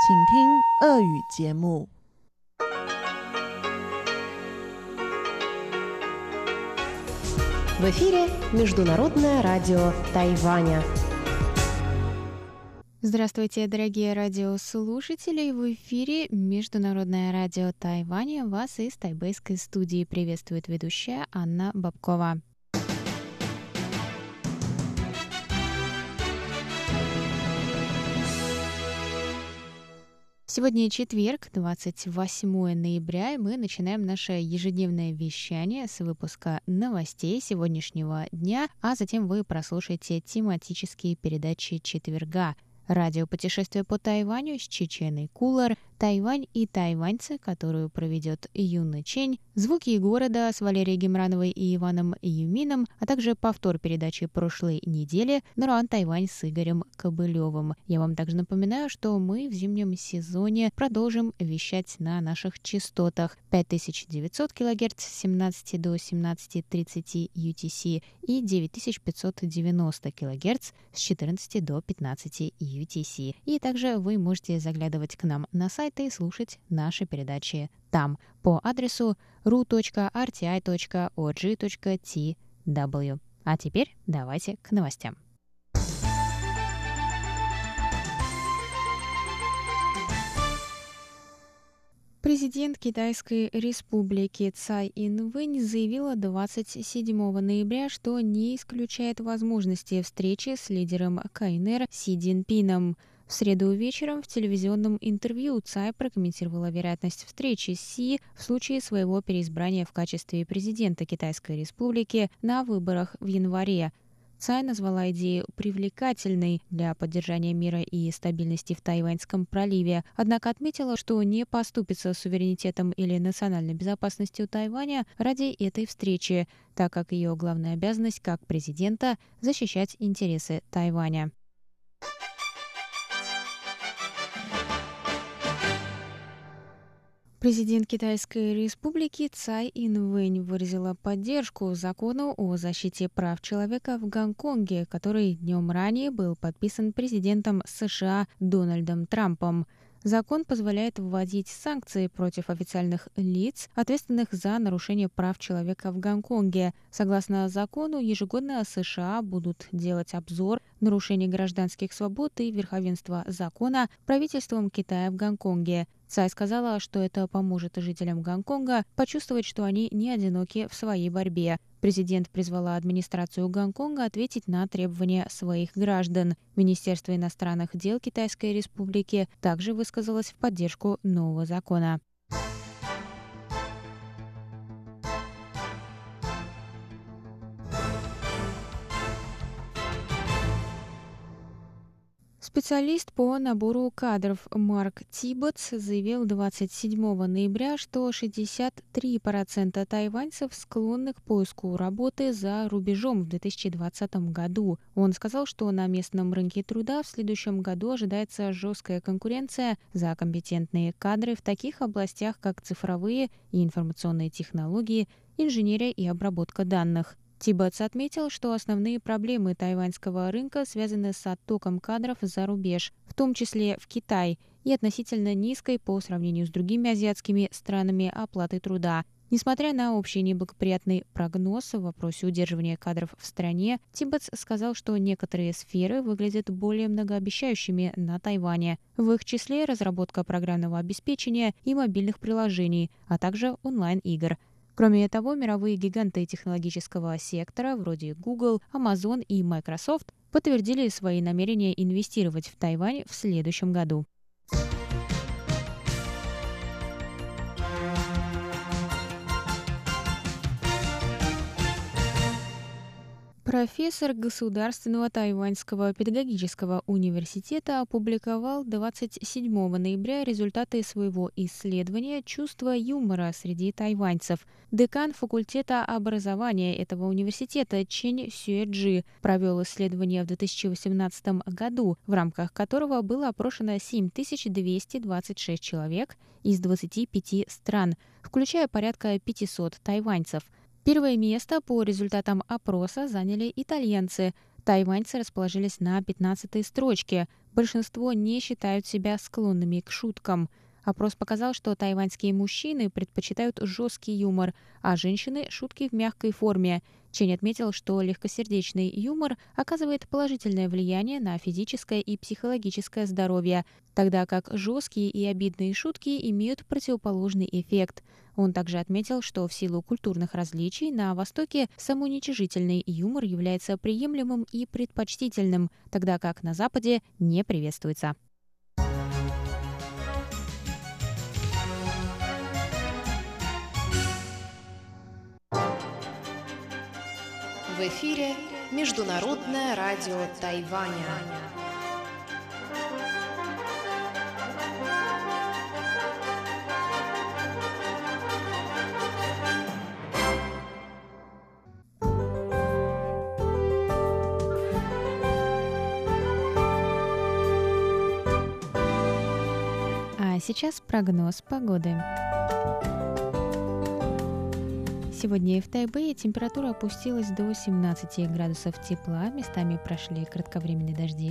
请听俄语节目。 В эфире Международное радио Тайваня. Здравствуйте, дорогие радиослушатели! В эфире Международное радио Тайваня. Вас из тайбэйской студии приветствует ведущая Анна Бабкова. Сегодня четверг, 28 ноября, и мы начинаем наше ежедневное вещание с выпуска новостей сегодняшнего дня, а затем вы прослушаете тематические передачи четверга. Радиопутешествие по Тайваню с Чеченой Кулар, Тайвань и тайваньцы, которую проведет Юна Чень, звуки города с Валерией Гемрановой и Иваном Юмином, а также повтор передачи прошлой недели «Наруан Тайвань» с Игорем Кобылевым. Я вам также напоминаю, что мы в зимнем сезоне продолжим вещать на наших частотах 5900 кГц с 17 до 17:30 UTC и 9590 кГц с 14 до 15 UTC. И также вы можете заглядывать к нам на сайт и слушать наши передачи там по адресу ru.rti.org.tw. А теперь давайте к новостям. Президент Китайской республики Цай Инвэнь заявила 27 ноября, что не исключает возможности встречи с лидером КНР Си Цзиньпином. В среду вечером в телевизионном интервью Цай прокомментировала вероятность встречи с Си в случае своего переизбрания в качестве президента Китайской республики на выборах в январе. Цай назвала идею привлекательной для поддержания мира и стабильности в Тайваньском проливе, однако отметила, что не поступится суверенитетом или национальной безопасностью Тайваня ради этой встречи, так как ее главная обязанность как президента – защищать интересы Тайваня. Президент Китайской республики Цай Инвэнь выразила поддержку закону о защите прав человека в Гонконге, который днем ранее был подписан президентом США Дональдом Трампом. Закон позволяет вводить санкции против официальных лиц, ответственных за нарушение прав человека в Гонконге. Согласно закону, ежегодно США будут делать обзор нарушений гражданских свобод и верховенства закона правительством Китая в Гонконге. Цай сказала, что это поможет жителям Гонконга почувствовать, что они не одиноки в своей борьбе. Президент призвала администрацию Гонконга ответить на требования своих граждан. Министерство иностранных дел Китайской республики также высказалось в поддержку нового закона. Специалист по набору кадров Марк Тибботс заявил 27 ноября, что 63% тайваньцев склонны к поиску работы за рубежом в 2020 году. Он сказал, что на местном рынке труда в следующем году ожидается жесткая конкуренция за компетентные кадры в таких областях, как цифровые и информационные технологии, инженерия и обработка данных. Тибботс отметил, что основные проблемы тайваньского рынка связаны с оттоком кадров за рубеж, в том числе в Китай, и относительно низкой по сравнению с другими азиатскими странами оплаты труда. Несмотря на общий неблагоприятный прогноз в вопросе удерживания кадров в стране, Тибботс сказал, что некоторые сферы выглядят более многообещающими на Тайване. В их числе разработка программного обеспечения и мобильных приложений, а также онлайн-игр. Кроме того, мировые гиганты технологического сектора, вроде Google, Amazon и Microsoft, подтвердили свои намерения инвестировать в Тайвань в следующем году. Профессор Государственного тайваньского педагогического университета опубликовал 27 ноября результаты своего исследования «Чувство юмора среди тайваньцев». Декан факультета образования этого университета Чэнь Сюэджи провел исследование в 2018 году, в рамках которого было опрошено 7226 человек из 25 стран, включая порядка 500 тайваньцев. Первое место по результатам опроса заняли итальянцы. Тайваньцы расположились на 15-й строчке. Большинство не считают себя склонными к шуткам. Опрос показал, что тайваньские мужчины предпочитают жесткий юмор, а женщины – шутки в мягкой форме. Чень отметил, что легкосердечный юмор оказывает положительное влияние на физическое и психологическое здоровье, тогда как жесткие и обидные шутки имеют противоположный эффект. Он также отметил, что в силу культурных различий на Востоке самоуничижительный юмор является приемлемым и предпочтительным, тогда как на Западе не приветствуется. В эфире Международное радио Тайваня. А сейчас прогноз погоды. Сегодня в Тайбэе температура опустилась до 17 градусов тепла, местами прошли кратковременные дожди.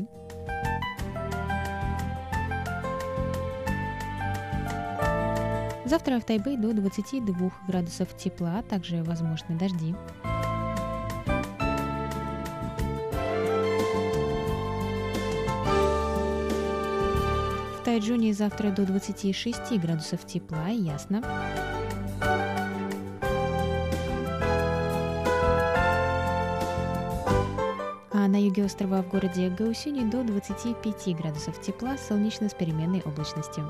Завтра в Тайбэе до 22 градусов тепла, также возможны дожди. В Тайчжуне завтра до 26 градусов тепла и ясно. А на юге острова в городе Гаосюни до 25 градусов тепла, солнечно с переменной облачностью.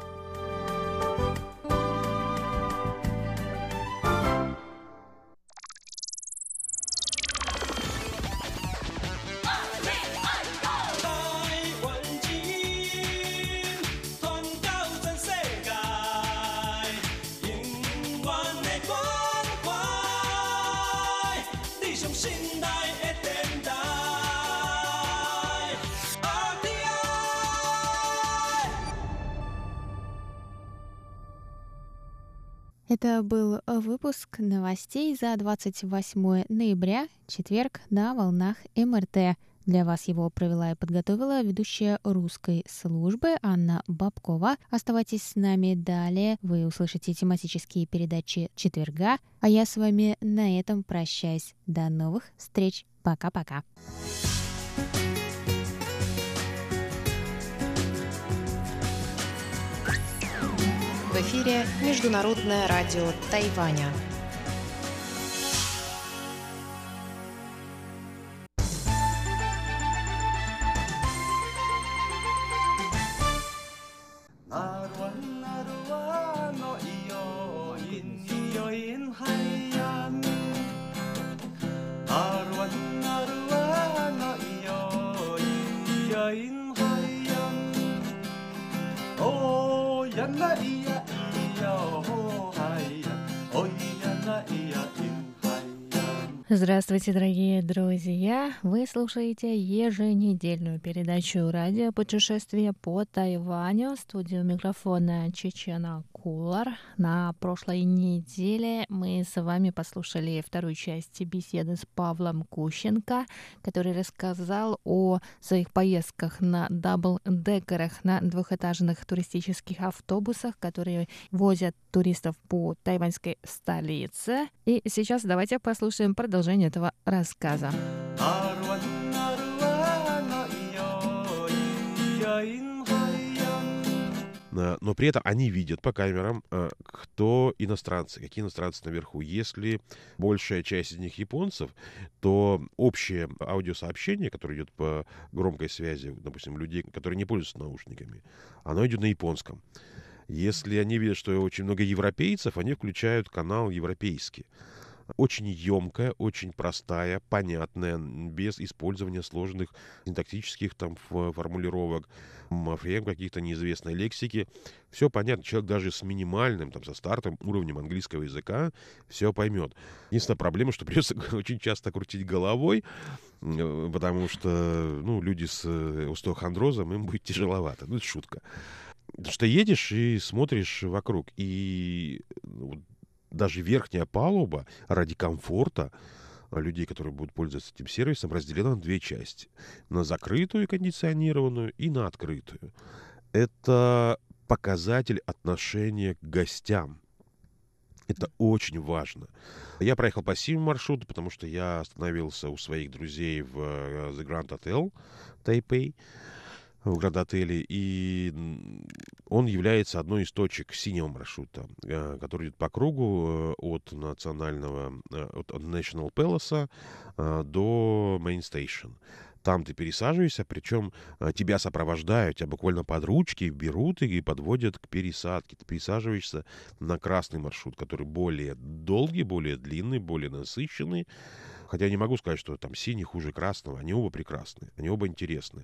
Это был выпуск новостей за 28 ноября, четверг, на волнах МРТ. Для вас его провела и подготовила ведущая русской службы Анна Бабкова. Оставайтесь с нами далее. Вы услышите тематические передачи четверга. А я с вами на этом прощаюсь. До новых встреч. Пока-пока. В эфире Международное радио Тайваня. Здравствуйте, дорогие друзья! Вы слушаете еженедельную передачу «Радио путешествия по Тайваню». Студию микрофона Чечена Кулар. На прошлой неделе мы с вами послушали вторую часть беседы с Павлом Кущенко, который рассказал о своих поездках на даблдекерах, на двухэтажных туристических автобусах, которые возят туристов по тайваньской столице. И сейчас давайте послушаем продолжение этого рассказа. Но при этом они видят по камерам, кто иностранцы, какие иностранцы наверху. Если большая часть из них японцев, то общее аудиосообщение, которое идет по громкой связи, допустим, людей, которые не пользуются наушниками, оно идет на японском. Если они видят, что очень много европейцев, они включают канал европейский. Очень емкая, очень простая, понятная, без использования сложных синтаксических там формулировок, морфем каких-то неизвестной лексики. Все понятно. Человек даже с минимальным, там, со стартовым уровнем английского языка все поймет. Единственная проблема, что придется очень часто крутить головой, потому что люди с остеохондрозом, им будет тяжеловато. Это шутка. Потому что едешь и смотришь вокруг, и даже верхняя палуба ради комфорта людей, которые будут пользоваться этим сервисом, разделено на две части. На закрытую кондиционированную и на открытую. Это показатель отношения к гостям. Это очень важно. Я проехал по синему маршруту, потому что я остановился у своих друзей в The Grand Hotel Тайпэй, в Гранд-отеле, и он является одной из точек синего маршрута, который идет по кругу от National Palace до Main Station. Там ты пересаживаешься, причем тебя сопровождают, тебя буквально под ручки берут и подводят к пересадке. Ты пересаживаешься на красный маршрут, который более долгий, более длинный, более насыщенный. Хотя я не могу сказать, что там синий хуже красного. Они оба прекрасны, они оба интересны.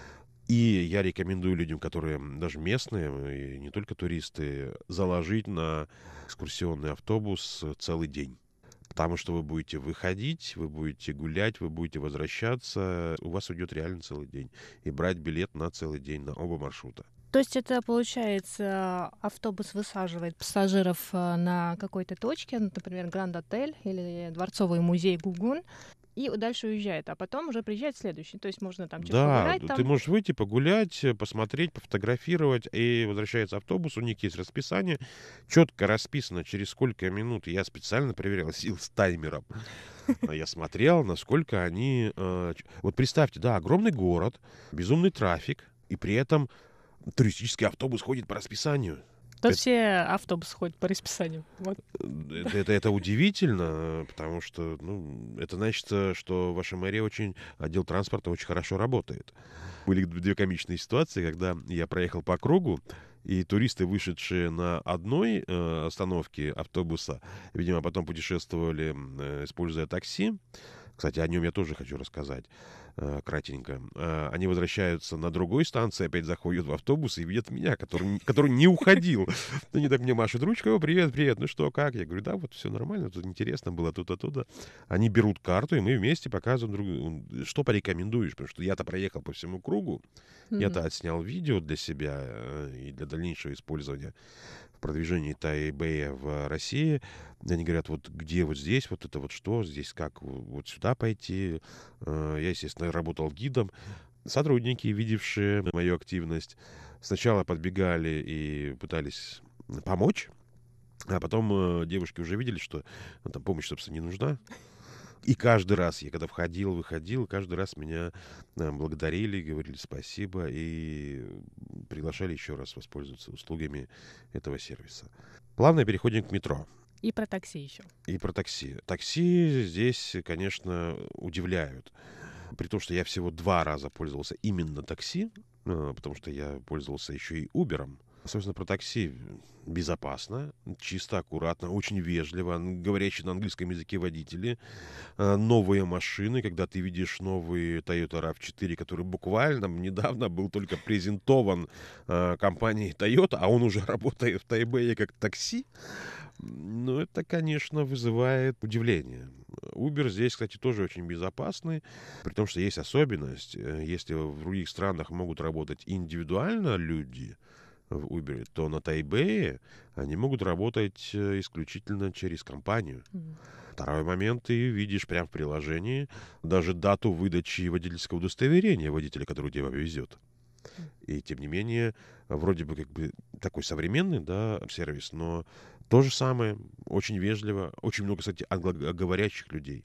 И я рекомендую людям, которые даже местные, и не только туристы, заложить на экскурсионный автобус целый день. Потому что вы будете выходить, вы будете гулять, вы будете возвращаться. У вас уйдет реально целый день. И брать билет на целый день на оба маршрута. То есть это, получается, автобус высаживает пассажиров на какой-то точке, например, Гранд-отель или Дворцовый музей Гугун, и дальше уезжает, а потом уже приезжает следующий. То есть можно там чуть погулять. Да, ты можешь выйти, погулять, посмотреть, пофотографировать, и возвращается автобус, у них есть расписание, четко расписано, через сколько минут. Я специально проверял, сил с таймером. Я смотрел, насколько они... Вот представьте, да, огромный город, безумный трафик, и при этом туристический автобус ходит по расписанию. Тут все автобусы ходят по расписанию. Вот. Это удивительно, потому что это значит, что ваша мэрия отдел транспорта очень хорошо работает. Были две комичные ситуации, когда я проехал по кругу, и туристы, вышедшие на одной остановке автобуса, видимо, потом путешествовали, используя такси. Кстати, о нем я тоже хочу рассказать кратенько. Они возвращаются на другой станции, опять заходят в автобус и видят меня, который не уходил. Они так мне машут ручкой: «О, привет, привет, ну что, как?» Я говорю: да, вот все нормально, тут интересно было, тут-то. Они берут карту, и мы вместе показываем друг другу, что порекомендуешь, потому что я-то проехал по всему кругу, я-то отснял видео для себя и для дальнейшего использования в продвижении Тайбэя в России. Они говорят: вот где вот здесь, вот это вот что, здесь как, вот сюда пойти. Я, естественно, работал гидом. Сотрудники, видевшие мою активность, сначала подбегали и пытались помочь, а потом девушки уже видели, что там помощь, собственно, не нужна. И каждый раз, я когда входил, выходил, каждый раз меня благодарили, говорили спасибо и приглашали еще раз воспользоваться услугами этого сервиса. Плавно переходим к метро. И про такси еще. И про такси. Такси здесь, конечно, удивляют. При том, что я всего 2 раза пользовался именно такси, потому что я пользовался еще и Uber'ом. Собственно, про такси: безопасно, чисто, аккуратно, очень вежливо, говорящие на английском языке водители, новые машины, когда ты видишь новый Toyota RAV4, который буквально недавно был только презентован компанией Toyota, а он уже работает в Тайбэе как такси. Ну, это, конечно, вызывает удивление. Uber здесь, кстати, тоже очень безопасный, при том, что есть особенность. Если в других странах могут работать индивидуально люди в Uber, то на Тайбэе они могут работать исключительно через компанию. Второй момент: ты видишь прямо в приложении даже дату выдачи водительского удостоверения водителя, который тебя везет. И тем не менее, вроде бы такой современный, да, сервис, но то же самое, очень вежливо, очень много, кстати, англоговорящих людей.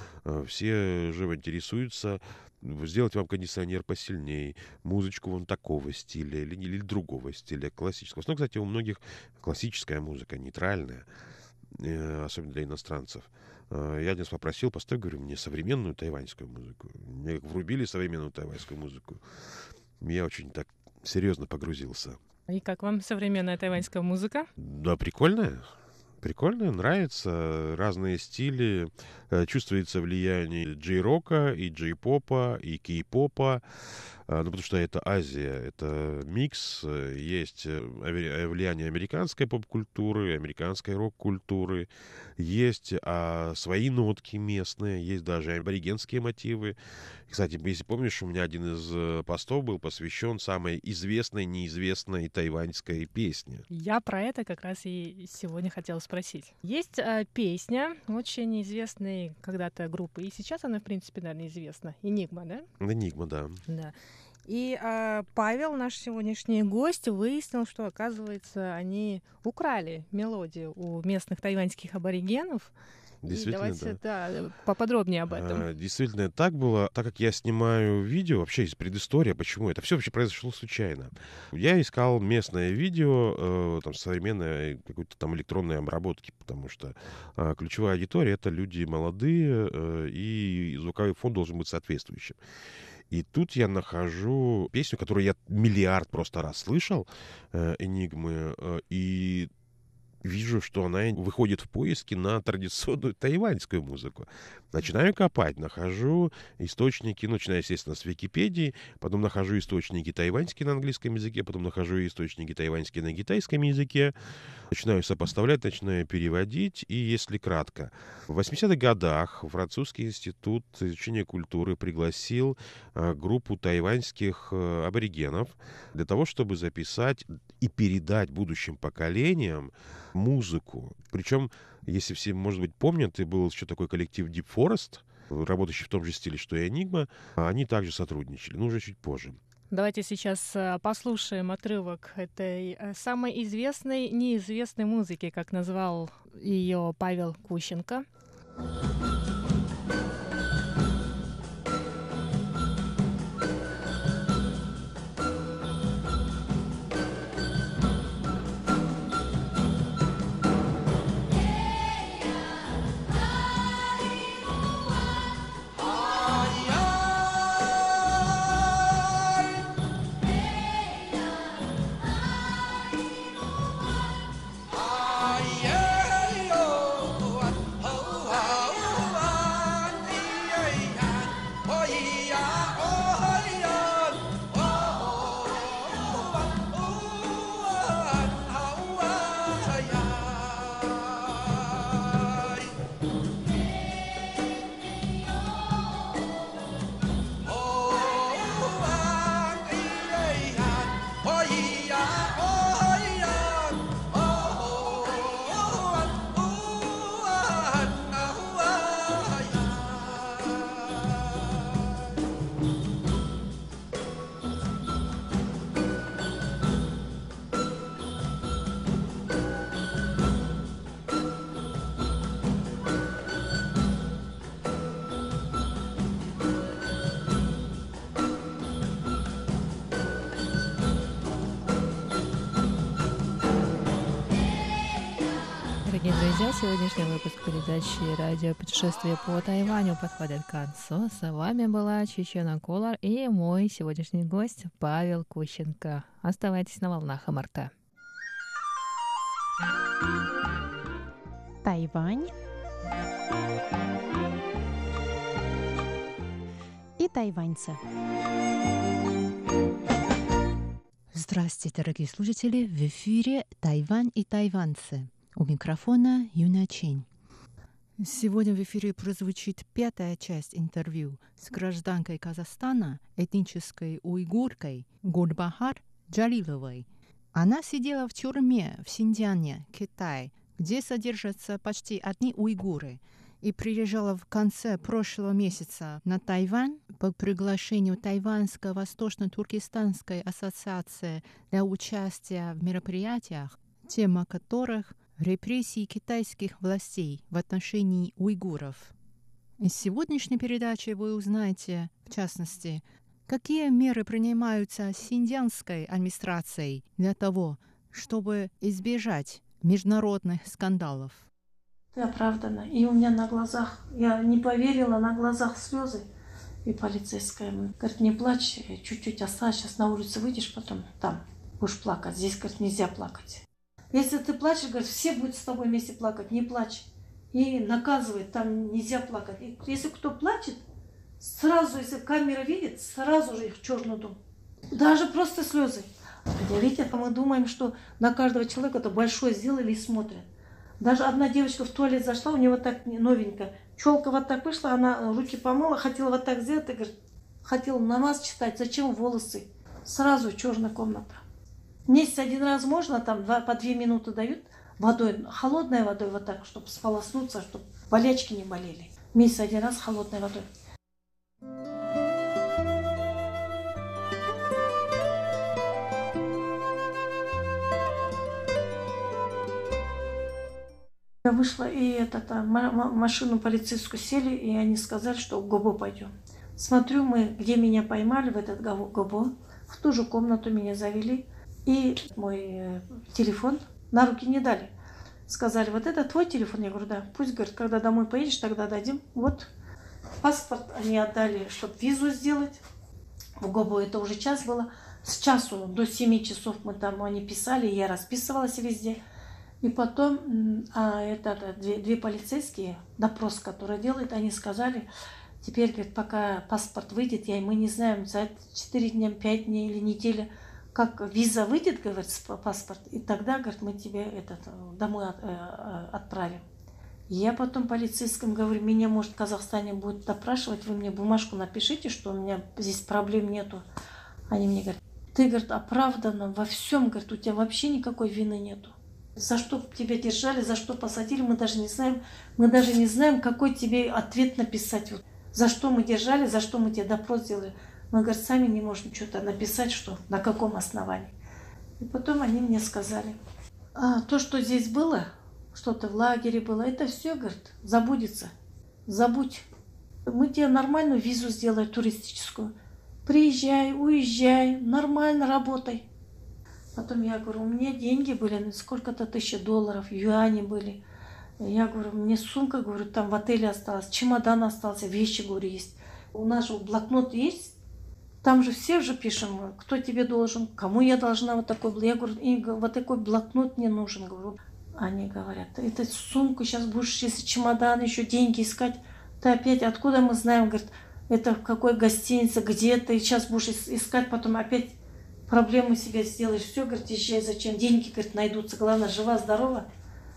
Все живо интересуются: сделать вам кондиционер посильнее, музычку вон такого стиля или другого стиля, классического. Ну, кстати, у многих классическая музыка, нейтральная, особенно для иностранцев. Я один раз попросил: поставь, говорю, мне современную тайваньскую музыку. Мне врубили современную тайваньскую музыку. Я очень так серьезно погрузился. И как вам современная тайваньская музыка? Да, прикольная. Прикольно, нравится, разные стили, чувствуется влияние джей-рока, и джей-попа, и кей-попа, Ну, потому что это Азия, это микс, есть влияние американской поп-культуры, американской рок-культуры, есть свои нотки местные, есть даже аборигенские мотивы. Кстати, если помнишь, у меня один из постов был посвящен самой известной, неизвестной тайваньской песне. Я про это как раз и сегодня хотела спросить. Есть песня очень известной когда-то группы, и сейчас она, в принципе, наверное, известна. «Энигма», да? «Энигма», да. Да. И Павел, наш сегодняшний гость, выяснил, что, оказывается, они украли мелодию у местных тайваньских аборигенов. Действительно, и давайте поподробнее об этом. Действительно, так было. Так как я снимаю видео, вообще из предыстории, почему это все вообще произошло случайно. Я искал местное видео, там, современной какой-то там электронной обработки, потому что ключевая аудитория — это люди молодые, и звуковой фон должен быть соответствующим. И тут я нахожу песню, которую я миллиард просто раз слышал, «Энигмы», и вижу, что она выходит в поиске на традиционную тайваньскую музыку. Начинаю копать, нахожу источники, начинаю, естественно, с Википедии, потом нахожу источники тайваньские на английском языке, потом нахожу источники тайваньские на китайском языке, начинаю сопоставлять, начинаю переводить, и если кратко. В 80-х годах французский институт изучения культуры пригласил группу тайваньских аборигенов для того, чтобы записать и передать будущим поколениям музыку. Причем, если все, может быть, помнят, и был еще такой коллектив Deep Forest, работающий в том же стиле, что и «Энигма», они также сотрудничали, но уже чуть позже. Давайте сейчас послушаем отрывок этой самой известной, неизвестной музыки, как назвал ее Павел Кущенко. Дорогие друзья, сегодняшний выпуск передачи «Радио путешествие по Тайваню» подходит к концу. С вами была Чечена Кулар и мой сегодняшний гость Павел Кущенко. Оставайтесь на волнах МРТ. Тайвань и тайваньцы. Здравствуйте, дорогие слушатели! В эфире «Тайвань и тайваньцы». У микрофона Юна Чень. Сегодня в эфире прозвучит 5-я часть интервью с гражданкой Казахстана, этнической уйгуркой Гульбахар Джалиловой. Она сидела в тюрьме в Синьцзяне, Китай, где содержатся почти одни уйгуры, и приезжала в конце прошлого месяца на Тайвань по приглашению Тайваньской Восточно-Туркестанской ассоциации для участия в мероприятиях, тема которых репрессии китайских властей в отношении уйгуров. Из сегодняшней передачи вы узнаете, в частности, какие меры принимаются синьцзянской администрацией для того, чтобы избежать международных скандалов. Оправдано. И у меня на глазах, я не поверила, на глазах слезы. И полицейская говорит, не плачь, чуть-чуть осталось, сейчас на улицу выйдешь, потом там будешь плакать. Здесь, говорит, нельзя плакать. Если ты плачешь, говорит, все будут с тобой вместе плакать, не плачь. И наказывает, там нельзя плакать. И если кто плачет, Сразу, если камера видит, сразу же их в черный дом. Даже просто слезы. Хотя, видите, мы думаем, что на каждого человека это большое сделали и смотрят. Даже одна девочка в туалет зашла, у нее вот так новенькая. Челка вот так вышла, она руки помыла, хотела вот так сделать, и говорит, хотела намаз читать, зачем волосы? Сразу черная комната. В месяц один раз можно, там по 2 минуты дают водой, холодной водой вот так, чтобы сполоснуться, чтобы болячки не болели. В месяц один раз холодной водой. Я вышла, и машину полицейскую сели, и они сказали, что в ГОБО пойдем. Смотрю, где меня поймали, в этот ГОБО, в ту же комнату меня завели, и мой телефон на руки не дали. Сказали, вот это твой телефон? Я говорю, да. Пусть, говорит, когда домой поедешь, тогда дадим. Вот паспорт они отдали, чтобы визу сделать. В ГОБО это уже час было. С часу до 7 часов они писали, я расписывалась везде. И потом две полицейские, допрос, который делают, они сказали, теперь, говорит, пока паспорт выйдет, мы не знаем, за 4 дня, 5 дней или неделю, как виза выйдет, говорит, паспорт, и тогда, говорит, мы тебе домой отправим. Я потом полицейским говорю, меня, может, в Казахстане будут допрашивать, вы мне бумажку напишите, что у меня здесь проблем нету. Они мне говорят, ты, говорит, оправдана во всем, говорит, у тебя вообще никакой вины нету. За что тебя держали, за что посадили, мы даже не знаем, какой тебе ответ написать. Вот. За что мы держали, за что мы тебе допрос сделали. Мы, говорит, сами не можем что-то написать, что, на каком основании. И потом они мне сказали, то, что здесь было, что-то в лагере было, это все, говорит, забудется. Забудь. Мы тебе нормальную визу сделаем, туристическую. Приезжай, уезжай, нормально работай. Потом я говорю, у меня деньги были, сколько-то $1000, юани были. Я говорю, мне сумка, говорю, там в отеле осталась, чемодан остался, вещи, говорю, есть. У нас же блокнот есть, там же все же пишем, кто тебе должен, кому я должна вот такой. Я говорю, вот такой блокнот не нужен, говорю. Они говорят, это сумку сейчас будешь, если чемодан, еще деньги искать, ты опять, откуда мы знаем, говорит, это в какой гостинице, где ты сейчас будешь искать, потом опять проблемы себе сделаешь. Все, говорит, езжай, зачем? Деньги, говорит, найдутся. Главное, жива, здорова.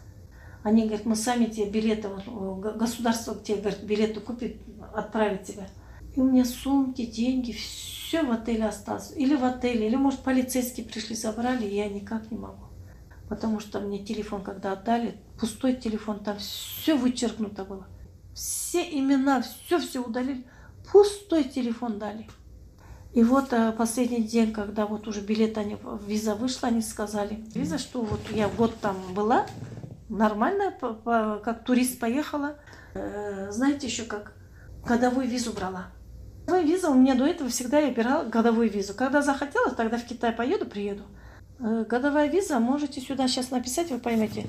Они говорят, мы сами тебе билеты, государство тебе, говорит, билеты купит, отправит тебя. И у меня сумки, деньги, все в отеле осталось. Или в отеле, или, может, полицейские пришли, забрали, и я никак не могу. Потому что мне телефон, когда отдали, пустой телефон, там все вычеркнуто было. Все имена, все удалили. Пустой телефон дали. И вот последний день, когда вот уже виза вышла, они сказали, виза, что вот я год там была, нормально, как турист поехала. Знаете, еще как годовую визу брала. Годовую визу у меня до этого всегда я брала годовую визу. Когда захотела, тогда в Китай поеду, приеду. Годовая виза, можете сюда сейчас написать, вы поймете.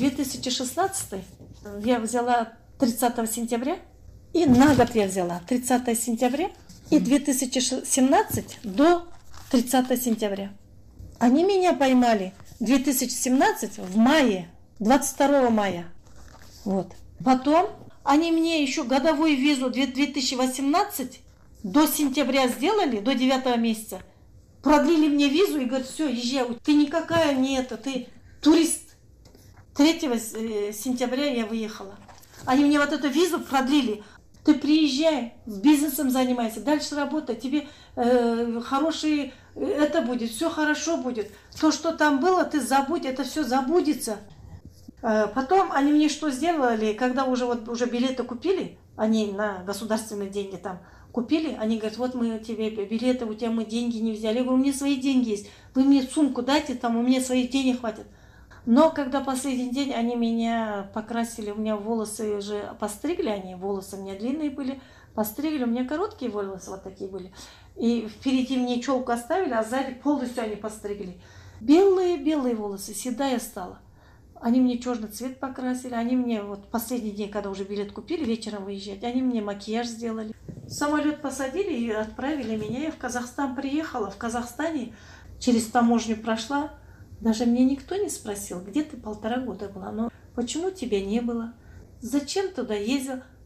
2016 я взяла 30 сентября, и на год я взяла 30 сентября. И 2017 до 30 сентября. Они меня поймали 2017 в мае, 22 мая. Вот. Потом они мне еще годовую визу 2018 до сентября сделали, до 9 месяца. Продлили мне визу и говорят, все, езжай. Ты никакая не это, ты турист. 3 сентября я выехала. Они мне вот эту визу продлили. Ты приезжай, с бизнесом занимайся, дальше работай, тебе хорошие, это будет, все хорошо будет. То, что там было, ты забудь, это все забудется. Потом они мне что сделали, когда уже билеты купили, они на государственные деньги там купили, они говорят, вот мы тебе билеты, у тебя мы деньги не взяли. Я говорю, у меня свои деньги есть, вы мне сумку дайте, там у меня своих денег хватит. Но когда последний день они меня покрасили, у меня волосы уже постригли, волосы у меня длинные были, постригли, у меня короткие волосы вот такие были. И впереди мне челку оставили, а сзади полностью они постригли. Белые волосы, седая стала. Они мне черный цвет покрасили, они мне вот последний день, когда уже билет купили, вечером выезжать, они мне макияж сделали. Самолет посадили и отправили меня, я в Казахстан приехала, в Казахстане через таможню прошла. Даже мне никто не спросил, где ты 1,5 года была, но почему тебя не было, зачем туда ездил.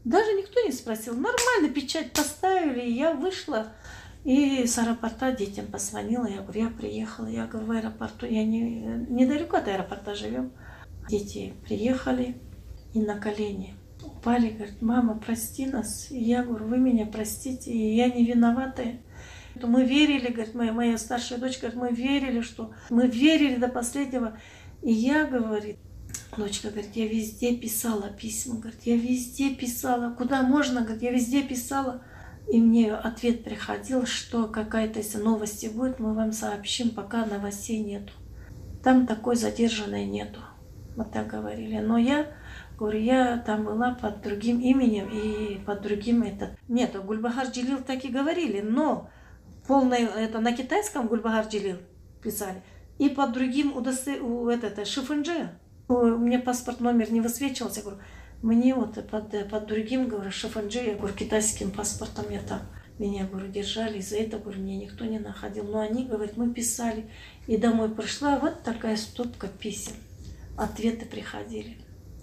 Даже никто не спросил. Нормально печать поставили, и я вышла. И с аэропорта детям позвонила. Я говорю, я приехала. Я говорю, в аэропорту. Я недалеко от аэропорта живем. Дети приехали и на колени упали. Говорят, мама, прости нас. И я говорю, вы меня простите. И я не виноватая. Мы верили, говорит, моя старшая дочь, говорит, мы верили до последнего. И я, говорит, дочка, говорит, я везде писала письма. Говорит, я везде писала. Куда можно, говорит, я везде писала. И мне ответ приходил, что какая-то, если новости будет, мы вам сообщим, пока новостей нету. Там такой задержанной нету. Вот так говорили. Но я говорю, я там была под другим именем и под другим Нет, Гульбахар Джилил так и говорили, но полное это на китайском Гульбахар Джилил писали. И под другим Шифэнджи. У меня паспорт номер не высвечивался. Я говорю, мне вот под другим, говорю, Шифэнджи, я говорю, китайским паспортом я там. Меня, говорю, держали, из-за этого, говорю, меня никто не находил. Но они, говорят, мы писали. И домой пришла вот такая стопка писем. Ответы приходили.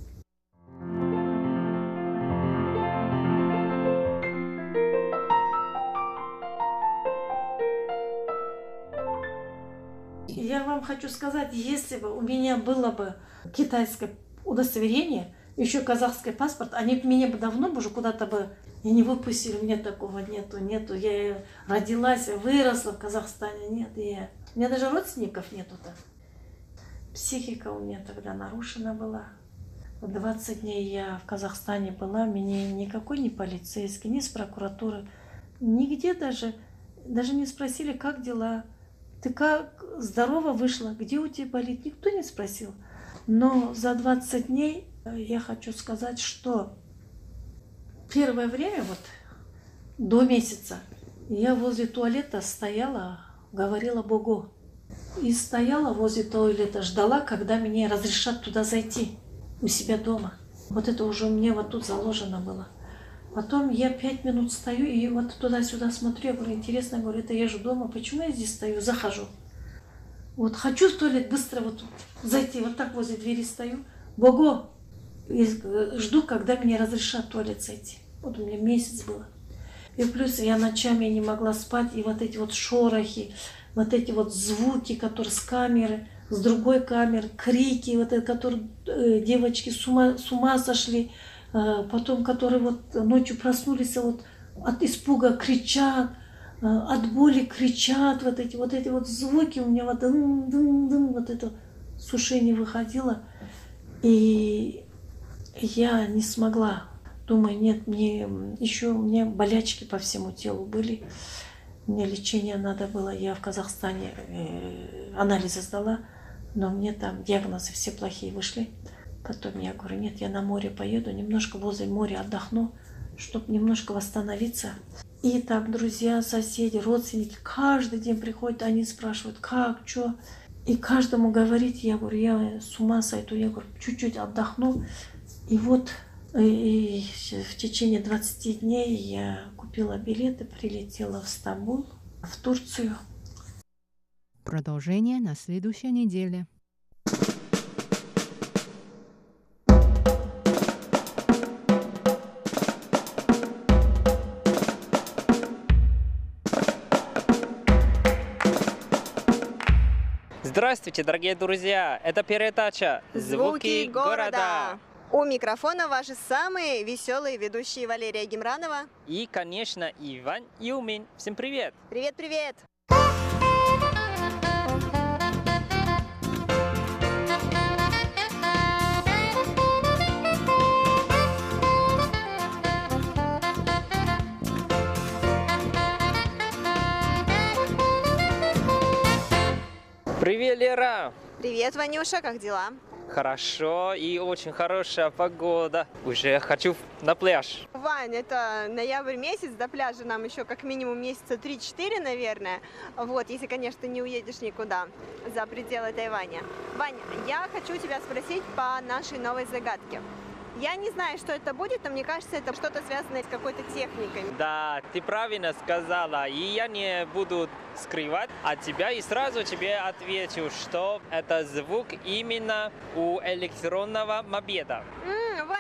Я вам хочу сказать, если бы у меня было бы китайское удостоверение, еще казахский паспорт, они меня бы давно уже куда-то бы и не выпустили. У меня такого нету. Я родилась, выросла в Казахстане. Нет, у меня даже родственников нету-то. Психика у меня тогда нарушена была. 20 дней я в Казахстане была, меня никакой не полицейский, ни с прокуратуры, нигде даже не спросили, как дела. Ты как здорово вышла, где у тебя болит, никто не спросил. Но за 20 дней я хочу сказать, что первое время, вот до месяца, я возле туалета стояла, говорила Богу. И стояла возле туалета, ждала, когда мне разрешат туда зайти, у себя дома. Вот это уже у меня вот тут заложено было. Потом я 5 минут стою и вот туда-сюда смотрю, я говорю, интересно, говорю, это я же дома, почему я здесь стою, захожу. Вот хочу в туалет быстро вот зайти, вот так возле двери стою, Богу, и жду, когда мне разрешат в туалет зайти. Вот у меня месяц было. И плюс я ночами не могла спать, и вот эти вот шорохи, вот эти вот звуки, которые с камеры, с другой камеры, крики, вот это, которые девочки с ума сошли, потом, которые вот ночью проснулись, вот от испуга кричат, от боли кричат, вот эти вот звуки, у меня вот дым, вот это с ушей не выходило. И я не смогла. Думаю, нет, у меня болячки по всему телу были. Мне лечение надо было. Я в Казахстане анализы сдала, но мне там диагнозы все плохие вышли. Потом я говорю, нет, я на море поеду, немножко возле моря отдохну, чтобы немножко восстановиться. И там друзья, соседи, родственники каждый день приходят, они спрашивают, как, что. И каждому говорить, я говорю, я с ума сойду, я говорю, чуть-чуть отдохну. И вот и в течение 20 дней я купила билеты, прилетела в Стамбул, в Турцию. Продолжение на следующей неделе. Здравствуйте, дорогие друзья! Это передача «Звуки города». У микрофона ваши самые веселые ведущие Валерия Гемранова и, конечно, Иван Юмин. Всем привет! Привет-привет! Привет, Лера! Привет, Ванюша, как дела? Хорошо и очень хорошая погода. Уже хочу на пляж. Вань, это ноябрь месяц, до пляжа нам еще как минимум месяца 3-4, наверное. Вот, если, конечно, не уедешь никуда за пределы Тайваня. Вань, я хочу тебя спросить по нашей новой загадке. Я не знаю, что это будет, но мне кажется, это что-то связанное с какой-то техникой. Да, ты правильно сказала, и я не буду скрывать от тебя, и сразу тебе отвечу, что это звук именно у электронного мопеда. Вань,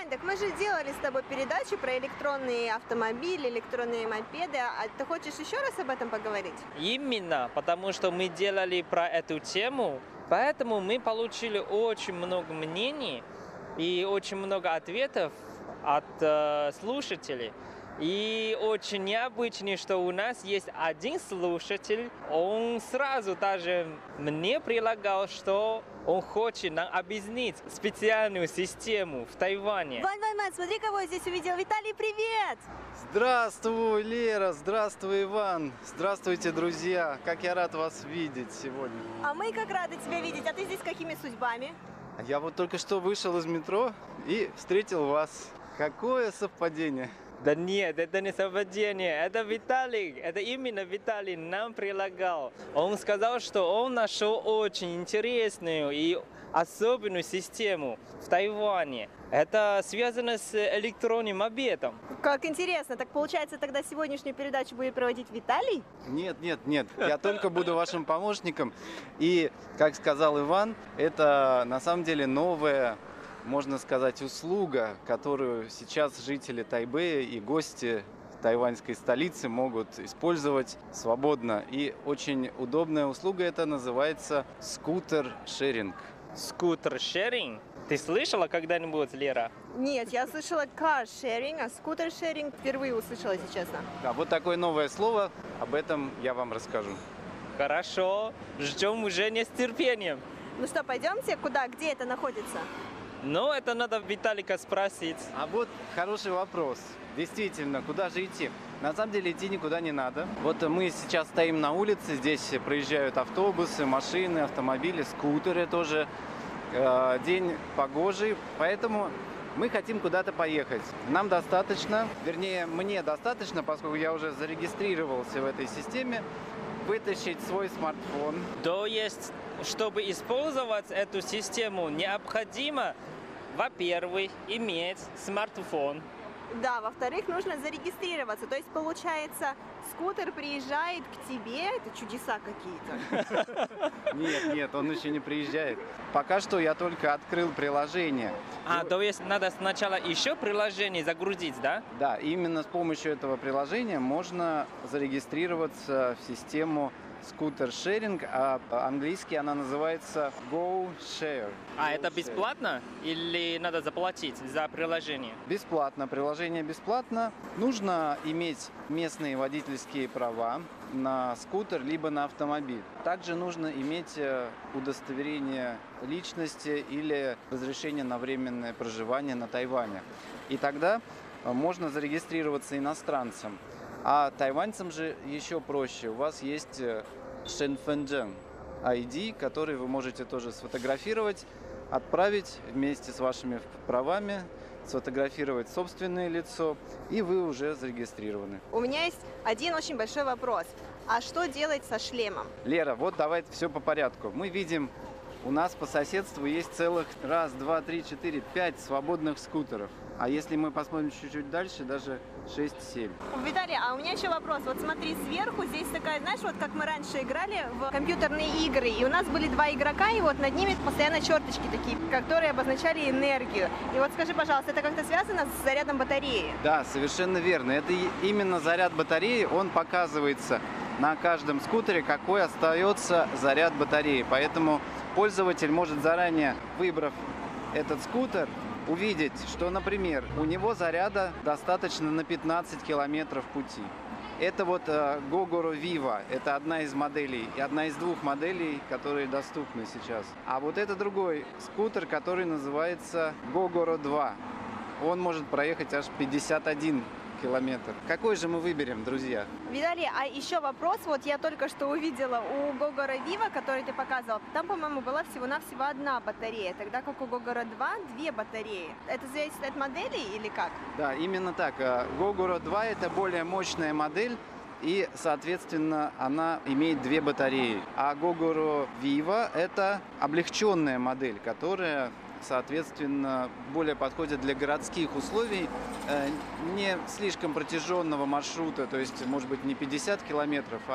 Вань, так мы же делали с тобой передачу про электронные автомобили, электронные мопеды. А ты хочешь еще раз об этом поговорить? Именно, потому что мы делали про эту тему, поэтому мы получили очень много мнений и очень много ответов от слушателей. И очень необычно, что у нас есть один слушатель, он сразу даже мне предлагал, что он хочет нам объяснить специальную систему в Тайване. Вань, смотри, кого я здесь увидел. Виталий, привет! Здравствуй, Лера, здравствуй, Иван. Здравствуйте, друзья. Как я рад вас видеть сегодня. А мы как рады тебя видеть. А ты здесь какими судьбами? Я вот только что вышел из метро и встретил вас. Какое совпадение. Да нет, это не совпадение, это Виталий, это именно Виталий нам предлагал. Он сказал, что он нашел очень интересную и особенную систему в Тайване. Это связано с электронным мопедом. Как интересно, так получается тогда сегодняшнюю передачу будет проводить Виталий? Нет, я только буду вашим помощником. И, как сказал Иван, это на самом деле новая, можно сказать, услуга, которую сейчас жители Тайбэя и гости тайваньской столицы могут использовать свободно. И очень удобная услуга, это называется скутер-шеринг. Скутер-шеринг? Ты слышала когда-нибудь, Лера? Нет, я слышала car-sharing, а скутер-шеринг впервые услышала, если честно. Да, вот такое новое слово, об этом я вам расскажу. Хорошо, ждем уже не с терпением. Ну что, пойдемте? Куда? Где это находится? Ну, это надо Виталика спросить. А вот хороший вопрос. Действительно, куда же идти? На самом деле идти никуда не надо. Вот мы сейчас стоим на улице, здесь проезжают автобусы, машины, автомобили, скутеры тоже. День погожий, поэтому мы хотим куда-то поехать. Нам достаточно, вернее, мне достаточно, поскольку я уже зарегистрировался в этой системе, вытащить свой смартфон. То есть, чтобы использовать эту систему, необходимо, во-первых, иметь смартфон. Да, во-вторых, нужно зарегистрироваться. То есть, получается, скутер приезжает к тебе. Это чудеса какие-то. Нет, он еще не приезжает. Пока что я только открыл приложение. То есть надо сначала еще приложение загрузить, да? Да, именно с помощью этого приложения можно зарегистрироваться в систему скутер-шеринг, а по-английски она называется GoShare. Это бесплатно или надо заплатить за приложение? Бесплатно. Приложение бесплатно. Нужно иметь местные водительские права на скутер либо на автомобиль. Также нужно иметь удостоверение личности или разрешение на временное проживание на Тайване. И тогда можно зарегистрироваться иностранцем. А тайваньцам же еще проще. У вас есть Шэньфэнджэн ID, который вы можете тоже сфотографировать, отправить вместе с вашими правами, сфотографировать собственное лицо, и вы уже зарегистрированы. У меня есть один очень большой вопрос. А что делать со шлемом? Лера, вот давайте все по порядку. Мы видим, у нас по соседству есть целых 1, 2, 3, 4, 5 свободных скутеров. А если мы посмотрим чуть-чуть дальше, даже 6-7. Виталий, а у меня еще вопрос. Вот смотри, сверху здесь такая, знаешь, вот как мы раньше играли в компьютерные игры, и у нас были 2 игрока, и вот над ними постоянно черточки такие, которые обозначали энергию. И вот скажи, пожалуйста, это как-то связано с зарядом батареи? Да, совершенно верно. Это именно заряд батареи, он показывается на каждом скутере, какой остается заряд батареи. Поэтому пользователь может заранее, выбрав этот скутер, увидеть, что, например, у него заряда достаточно на 15 километров пути. Это вот Gogoro Viva, это одна из моделей, и одна из 2 моделей, которые доступны сейчас. А вот это другой скутер, который называется Gogoro 2. Он может проехать аж 51 километр. Какой же мы выберем, друзья? Виталий, а еще вопрос. Вот я только что увидела у Gogoro Viva, который ты показывал, там, по-моему, была всего-навсего 1 батарея, тогда как у Gogoro 2 2 батареи. Это зависит от модели или как? Да, именно так. Gogoro 2 это более мощная модель, и, соответственно, она имеет 2 батареи. А Gogoro Viva это облегченная модель, которая, соответственно, более подходит для городских условий, не слишком протяженного маршрута, то есть, может быть, не 50 километров, а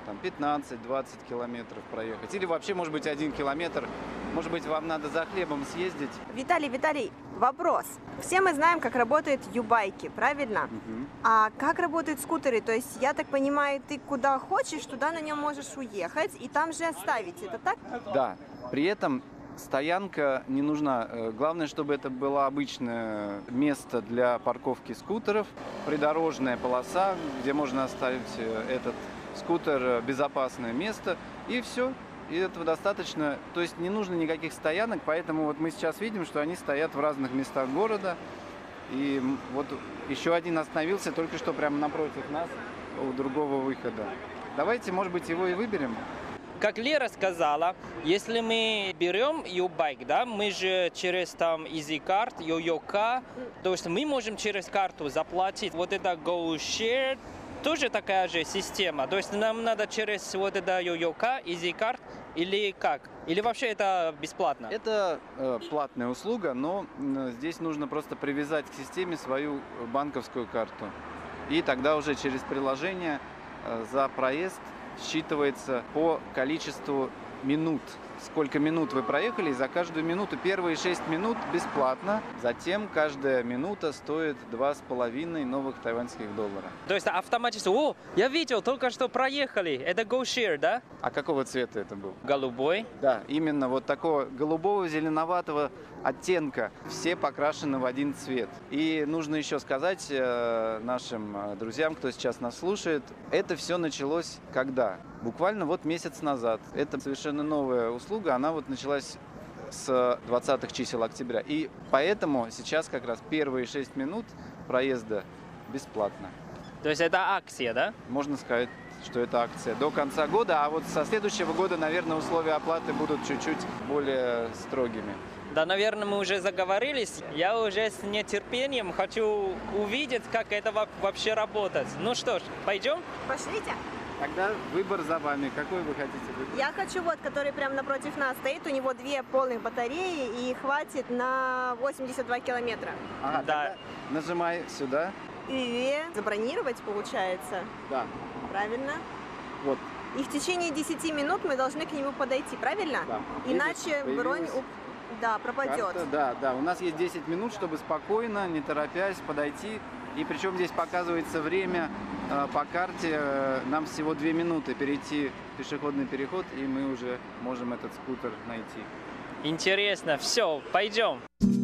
там 15-20 километров проехать. Или вообще, может быть, 1 километр. Может быть, вам надо за хлебом съездить. Виталий, вопрос. Все мы знаем, как работают юбайки, правильно? А как работают скутеры? То есть, я так понимаю, ты куда хочешь, туда на нем можешь уехать и там же оставить. Это так? Да. При этом стоянка не нужна. Главное, чтобы это было обычное место для парковки скутеров, придорожная полоса, где можно оставить этот скутер, безопасное место, и все. И этого достаточно. То есть не нужно никаких стоянок, поэтому вот мы сейчас видим, что они стоят в разных местах города. И вот еще один остановился только что прямо напротив нас, у другого выхода. Давайте, может быть, его и выберем. Как Лера сказала, если мы берем YouBike, да, мы же через там EasyCard, YoYoCar, то есть мы можем через карту заплатить. Вот это GoShare, тоже такая же система. То есть нам надо через вот это YoYoCar, EasyCard или как? Или вообще это бесплатно? Это платная услуга, но здесь нужно просто привязать к системе свою банковскую карту. И тогда уже через приложение за проезд считывается по количеству минут. Сколько минут вы проехали, и за каждую минуту, первые 6 минут бесплатно, затем каждая минута стоит 2,5 новых тайваньских доллара. То есть автоматически, о, я видел, только что проехали, это GoShare, да? А какого цвета это был? Голубой. Да, именно вот такого голубого, зеленоватого оттенка. Все покрашены в один цвет. И нужно еще сказать нашим друзьям, кто сейчас нас слушает, это все началось когда? Буквально вот месяц назад. Это совершенно новая услуга, она вот началась с 20-х чисел октября. И поэтому сейчас как раз первые 6 минут проезда бесплатно. То есть это акция, да? Можно сказать, что это акция до конца года, а вот со следующего года, наверное, условия оплаты будут чуть-чуть более строгими. Да, наверное, мы уже заговорились. Я уже с нетерпением хочу увидеть, как это вообще работает. Ну что ж, пойдем? Пошлите. Тогда выбор за вами. Какой вы хотите выбрать? Я хочу вот, который прямо напротив нас стоит. У него 2 полных батареи и хватит на 82 километра. Ага, да. Нажимай сюда. И забронировать получается. Да. Правильно. Вот. И в течение 10 минут мы должны к нему подойти, правильно? Да. Иначе бронь пропадет. Карта, да. У нас есть 10 минут, чтобы спокойно, не торопясь, подойти. И причем здесь показывается время по карте. Нам всего 2 минуты перейти пешеходный переход, и мы уже можем этот скутер найти. Интересно. Все, пойдем.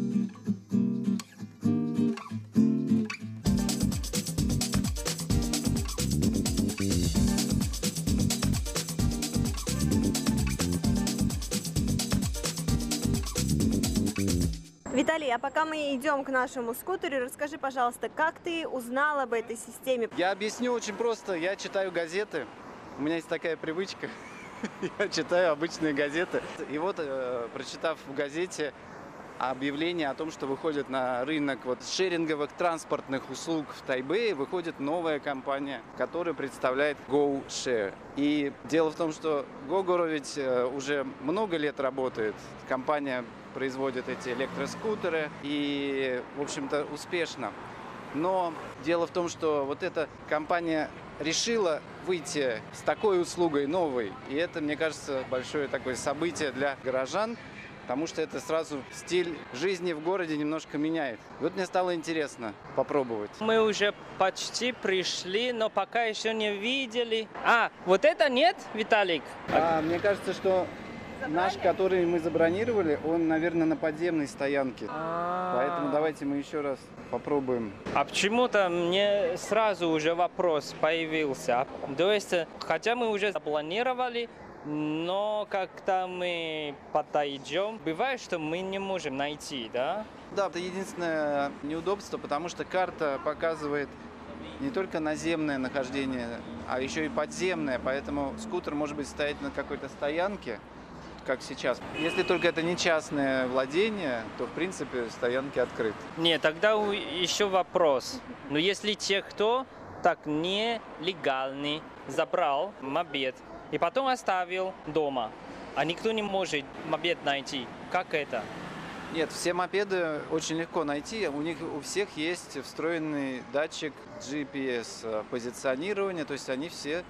Виталий, а пока мы идем к нашему скутеру, расскажи, пожалуйста, как ты узнал об этой системе? Я объясню очень просто. Я читаю газеты. У меня есть такая привычка. Я читаю обычные газеты. И вот, прочитав в газете объявление о том, что выходит на рынок шеринговых транспортных услуг в Тайбэе, выходит новая компания, которая представляет GoShare. И дело в том, что Gogoro ведь уже много лет работает. Компания производит эти электроскутеры и, в общем-то, успешно. Но дело в том, что вот эта компания решила выйти с такой услугой новой. И это, мне кажется, большое такое событие для горожан, потому что это сразу стиль жизни в городе немножко меняет. Вот мне стало интересно попробовать. Мы уже почти пришли, но пока еще не видели. А, вот это нет, Виталик? Мне кажется, что наш, который мы забронировали, он, наверное, на подземной стоянке. Поэтому давайте мы еще раз попробуем. А почему-то мне сразу уже вопрос появился. То есть, хотя мы уже запланировали, но как-то мы подойдем, бывает, что мы не можем найти, да? Да, это единственное неудобство, потому что карта показывает не только наземное нахождение, а еще и подземное, поэтому скутер может быть стоять на какой-то стоянке, как сейчас. Если только это не частное владение, то, в принципе, стоянки открыты. Нет, тогда еще вопрос. Но если те, кто так нелегальный, забрал мопед и потом оставил дома, а никто не может мопед найти, как это? Нет, все мопеды очень легко найти. У них у всех есть встроенный датчик GPS позиционирования, то есть они все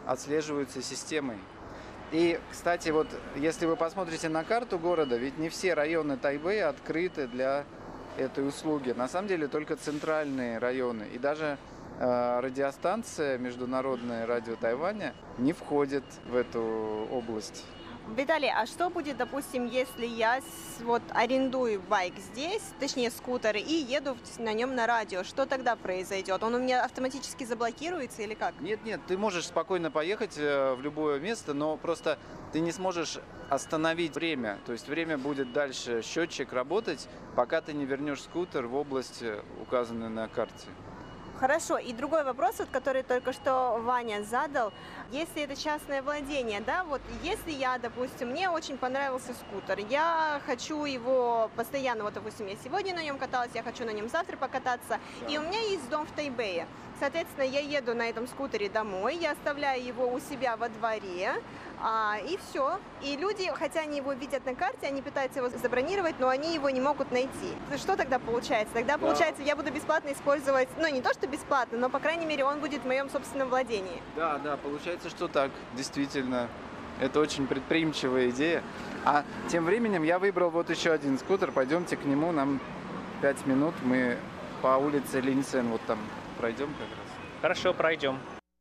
отслеживаются системой. И, кстати, вот если вы посмотрите на карту города, ведь не все районы Тайбэя открыты для этой услуги. На самом деле только центральные районы. И даже радиостанция Международное радио Тайваня не входит в эту область. Виталий, а что будет, допустим, если я вот арендую байк здесь, точнее скутер, и еду на нем на радио? Что тогда произойдет? Он у меня автоматически заблокируется или как? Нет, ты можешь спокойно поехать в любое место, но просто ты не сможешь остановить время. То есть время будет дальше, счетчик работать, пока ты не вернешь скутер в область, указанную на карте. Хорошо. И другой вопрос, вот, который только что Ваня задал. Если это частное владение, да, вот если я, допустим, мне очень понравился скутер, я хочу его постоянно, вот, допустим, я сегодня на нем каталась, я хочу на нем завтра покататься, да. И у меня есть дом в Тайбэе. Соответственно, я еду на этом скутере домой, я оставляю его у себя во дворе, и все. И люди, хотя они его видят на карте, они пытаются его забронировать, но они его не могут найти. Что тогда получается? Тогда, получается, я буду бесплатно использовать, ну, не то, что бесплатно, но, по крайней мере, он будет в моем собственном владении. Да, получается, что так, действительно. Это очень предприимчивая идея. А тем временем я выбрал вот еще один скутер. Пойдемте к нему, нам 5 минут. Мы по улице Линьсен вот там пройдем как раз. Хорошо, пройдем.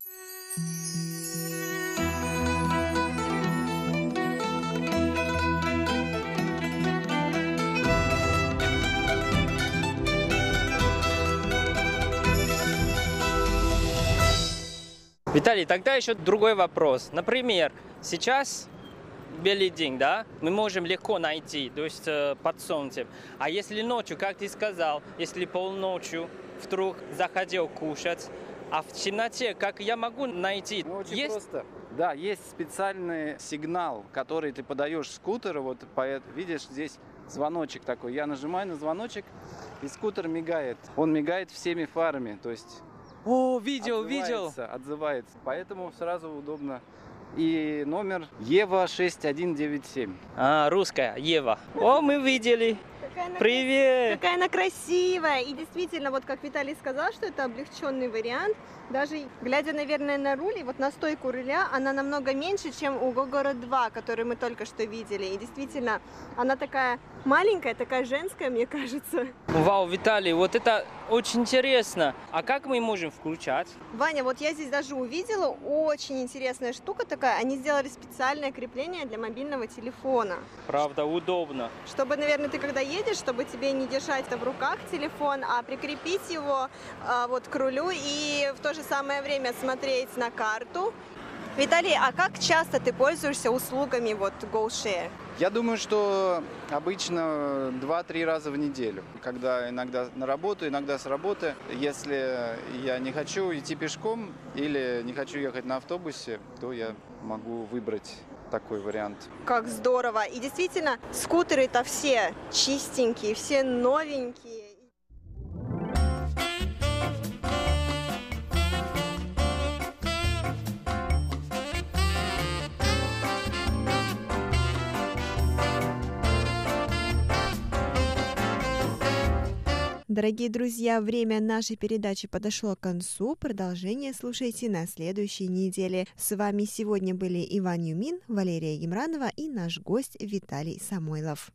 Виталий, тогда еще другой вопрос. Например, сейчас белый день, да, мы можем легко найти, то есть под солнцем. А если ночью, как ты сказал, если полночью вдруг захотел кушать, а в темноте, как я могу найти? Ну, очень просто. Да, есть специальный сигнал, который ты подаешь скутеру. Вот видишь, здесь звоночек такой. Я нажимаю на звоночек, и скутер мигает. Он мигает всеми фарами, то есть... О, видел. Отзывается. Поэтому сразу удобно. И номер Ева 6197. Русская, Ева. О, мы видели. Привет! Какая она красивая! И действительно, вот как Виталий сказал, что это облегченный вариант. Даже глядя, наверное, на руль, и вот на стойку руля, она намного меньше, чем у Gogoro 2, который мы только что видели. И действительно, она такая маленькая, такая женская, мне кажется. Вау, Виталий, вот это очень интересно. А как мы можем включать? Ваня, вот я здесь даже увидела очень интересная штука такая. Они сделали специальное крепление для мобильного телефона. Правда, удобно. Чтобы, наверное, ты когда едешь, чтобы тебе не держать в руках телефон, а прикрепить его вот к рулю и в то же самое время смотреть на карту. Виталий, а как часто ты пользуешься услугами вот GoShare? Я думаю, что обычно 2-3 раза в неделю. Когда иногда на работу, иногда с работы. Если я не хочу идти пешком или не хочу ехать на автобусе, то я могу выбрать такой вариант. Как здорово! И действительно, скутеры-то все чистенькие, все новенькие. Дорогие друзья, время нашей передачи подошло к концу. Продолжение слушайте на следующей неделе. С вами сегодня были Иван Юмин, Валерия Гемранова и наш гость Виталий Самойлов.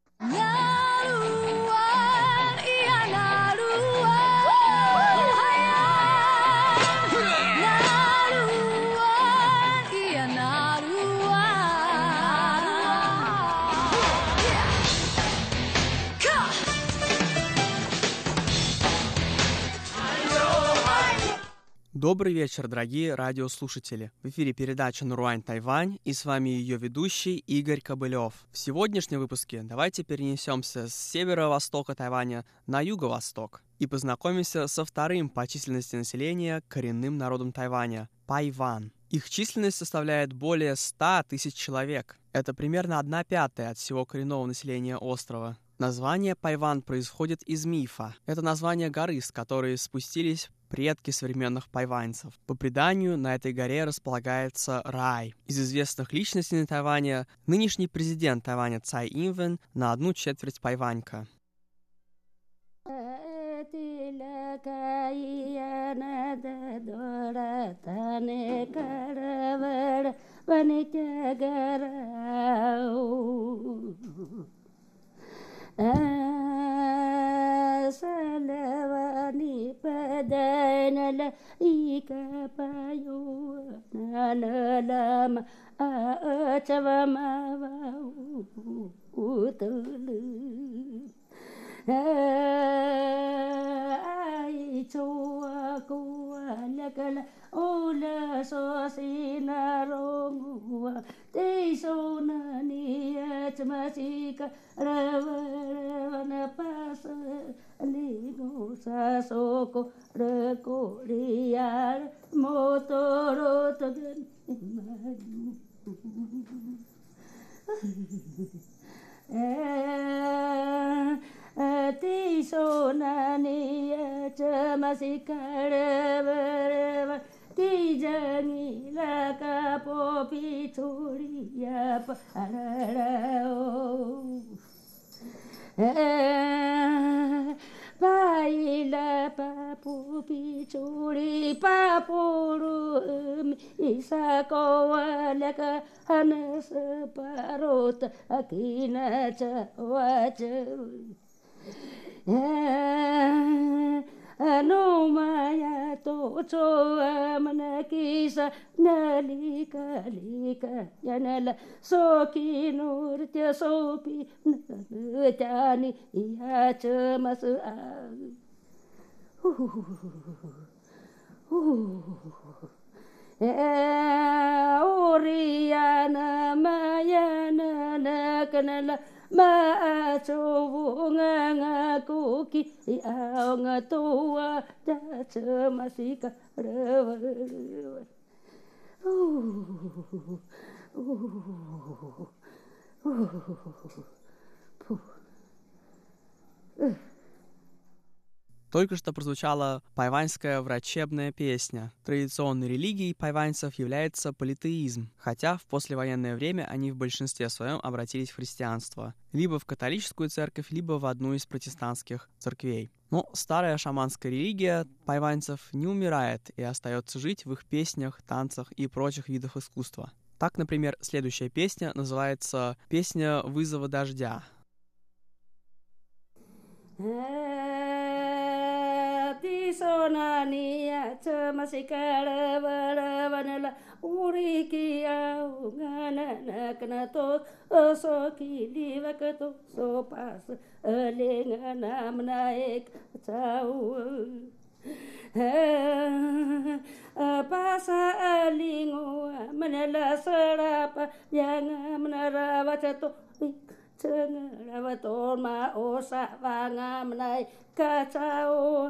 Добрый вечер, дорогие радиослушатели. В эфире передача «Наруань Тайвань» и с вами ее ведущий Игорь Кобылев. В сегодняшнем выпуске давайте перенесемся с северо-востока Тайваня на юго-восток и познакомимся со вторым по численности населения коренным народом Тайваня – Пайван. Их численность составляет более 100 тысяч человек. Это примерно 1/5 от всего коренного населения острова. Название Пайван происходит из мифа. Это название горы, с которой спустились предки современных пайванцев. По преданию, на этой горе располагается рай. Из известных личностей на Тайване нынешний президент Тайваня Цай Инвэн на 1/4 пайванька. Salawani padanala ikapayo nanalam achavamava utulu ai choa kualakala ola sosinarongua teisonani achmasika ravana pasa ligo sasoko rekoria motoro togen tisonani achmasika ravana tijani laka popi choria pararao baila papu pichuri papuru isa kowalaka hanas parot akina chawachu no maya to choa manakisa nalika lika yanala soki nurtya sopi natani ihacha masu oriana mayana nakanala ma chovu nga kuki nga tua ta masika rawa Только что прозвучала пайваньская врачебная песня. Традиционной религией пайваньцев является политеизм, хотя в послевоенное время они в большинстве своем обратились в христианство. Либо в католическую церковь, либо в одну из протестантских церквей. Но старая шаманская религия пайваньцев не умирает и остается жить в их песнях, танцах и прочих видах искусства. Так, например, следующая песня называется «Песня вызова дождя». Sonani achamasikara varavanala urikia ungana naknato soki livakato sopas alingana mnaik chau pasa alingo manala sarapa yang manaravachato Cengawaton ma osa vanga menai kacau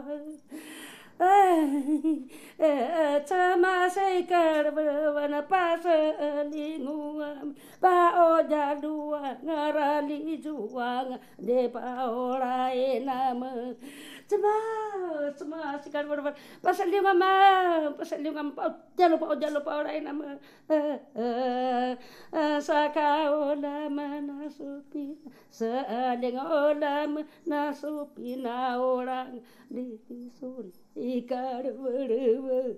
Camasai berwana pasa linguam pa oja dua ngarali juang de pa orai nama cema sikar berwana pasa lingam jalo pa orai nama sakaola manasupi salingola manasupina orang di sun ikar berwa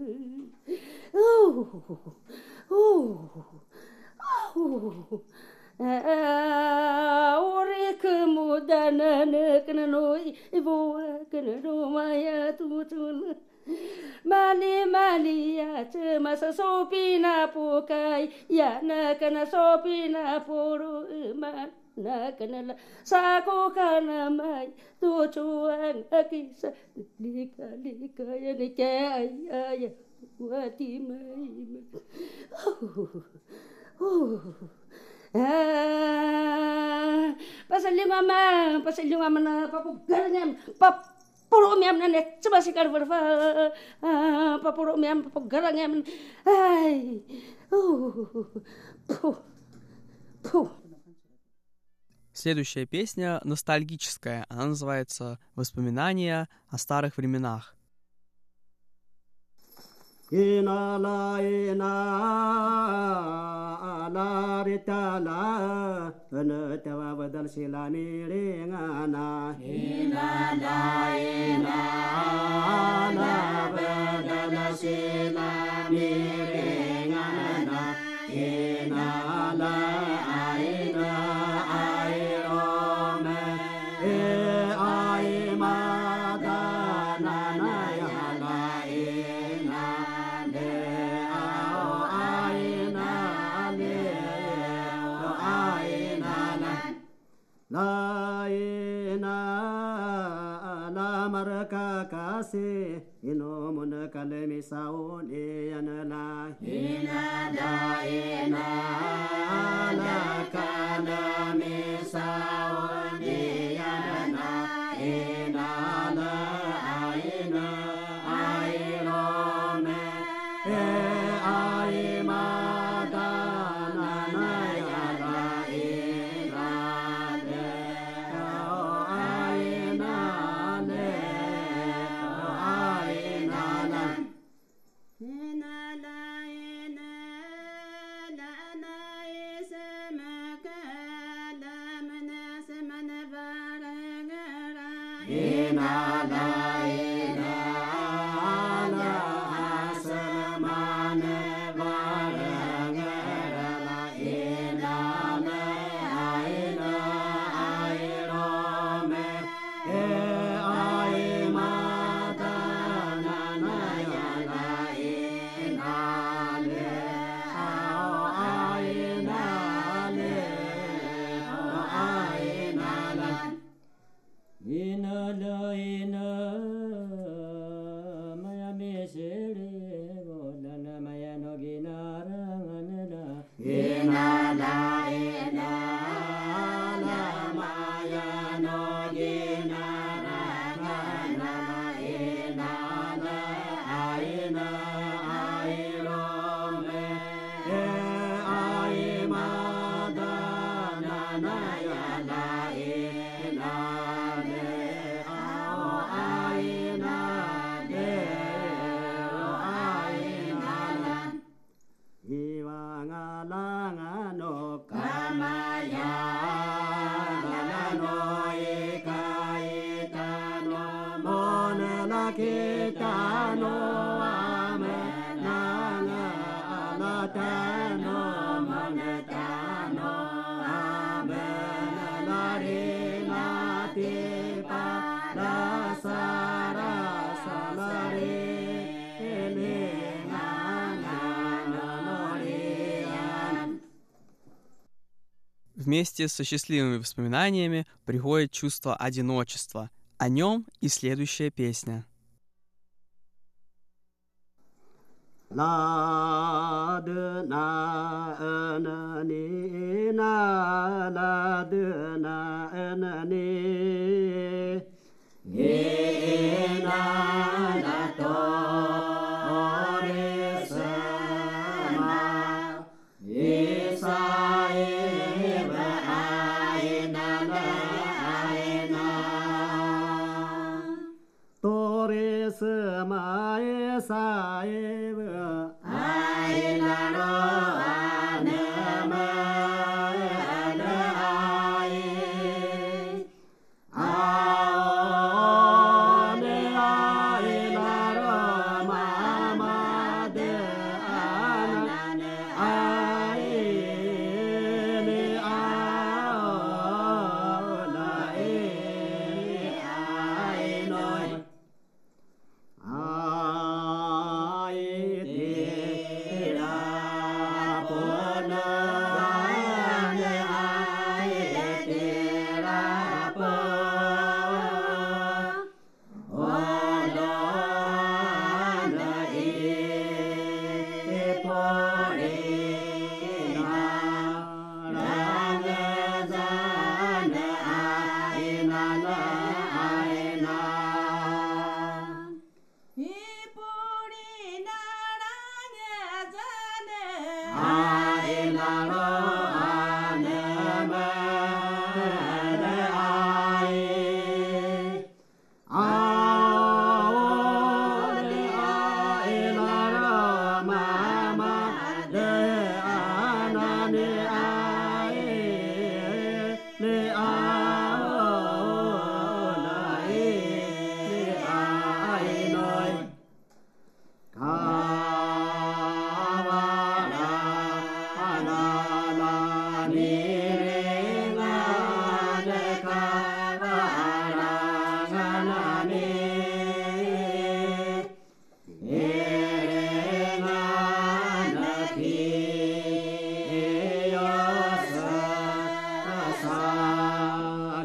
ore kemudanan kenoi ibu kenoi maya tutun mali ya cemasa sopina pukai ya nakana sopina puru iman nakana sako kana mai tu cuan akisa lika ya nikaya wati mai pasalingam na papugalangan papurumiam na nek coba sikar berfa papurumiam papugalangan ai Следующая песня ностальгическая. Она называется «Воспоминания о старых временах». ina la ritala ana tawa badal silami ringana ina la badal silami ringana ina la aina airome ai madana na ya la ina le ao aina le aina la ina la marka kasi ino mun kalemi saun ina la ina la kalemi saun ina la aina airome ai madana na ya la ina le aina le aina la ina la ina la na ismaka la manas manavara ina la ina la asmane varangara ina la aina airome ai madana na ya la ina le aina le aina la ina la ina maya mesere golana maya no ginara ngana ina la maya no ginara ngana ina la aina airome ai madana na ya la ina le aina le aina la iwanga langa no kamaya la no ikaitano mona la kitano ame nanga alatano monetano ame la rina tipa la sara salare Вместе со счастливыми воспоминаниями приходит чувство одиночества. О нем и следующая песня. La de na ni na la de na ni na la to re sama isa ba ai na la ai na to re sama isa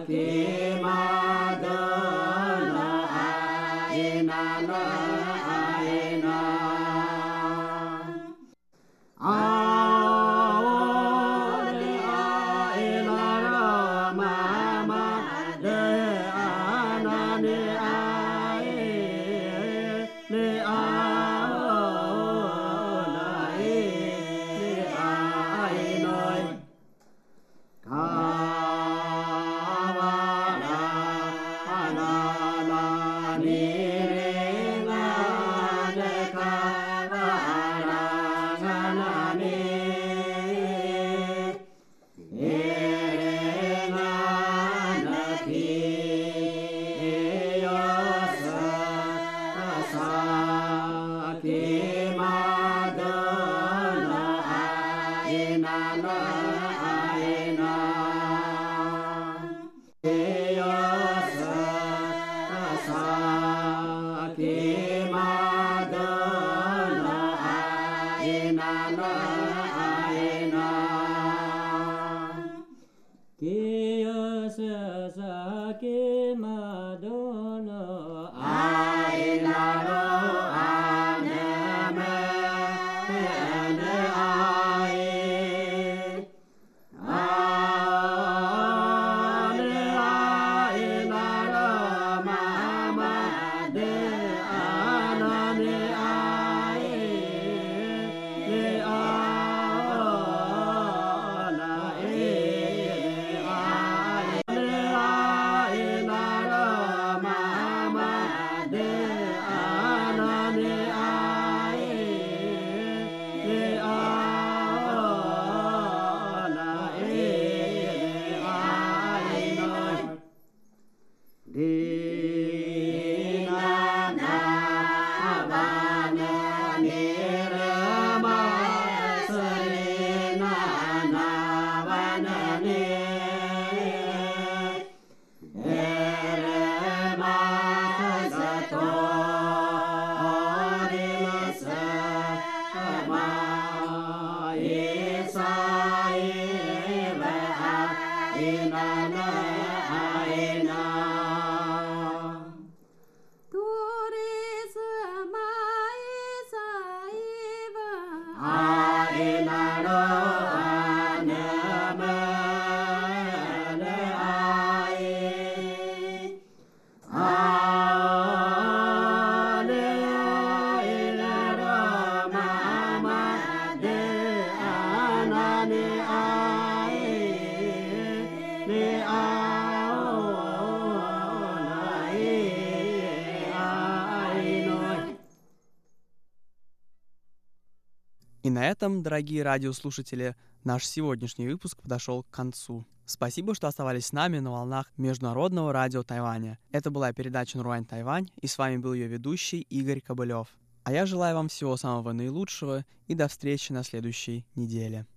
И на этом, дорогие радиослушатели, наш сегодняшний выпуск подошел к концу. Спасибо, что оставались с нами на волнах Международного радио Тайваня. Это была передача «Наруань Тайвань», и с вами был ее ведущий Игорь Кобылев. А я желаю вам всего самого наилучшего и до встречи на следующей неделе.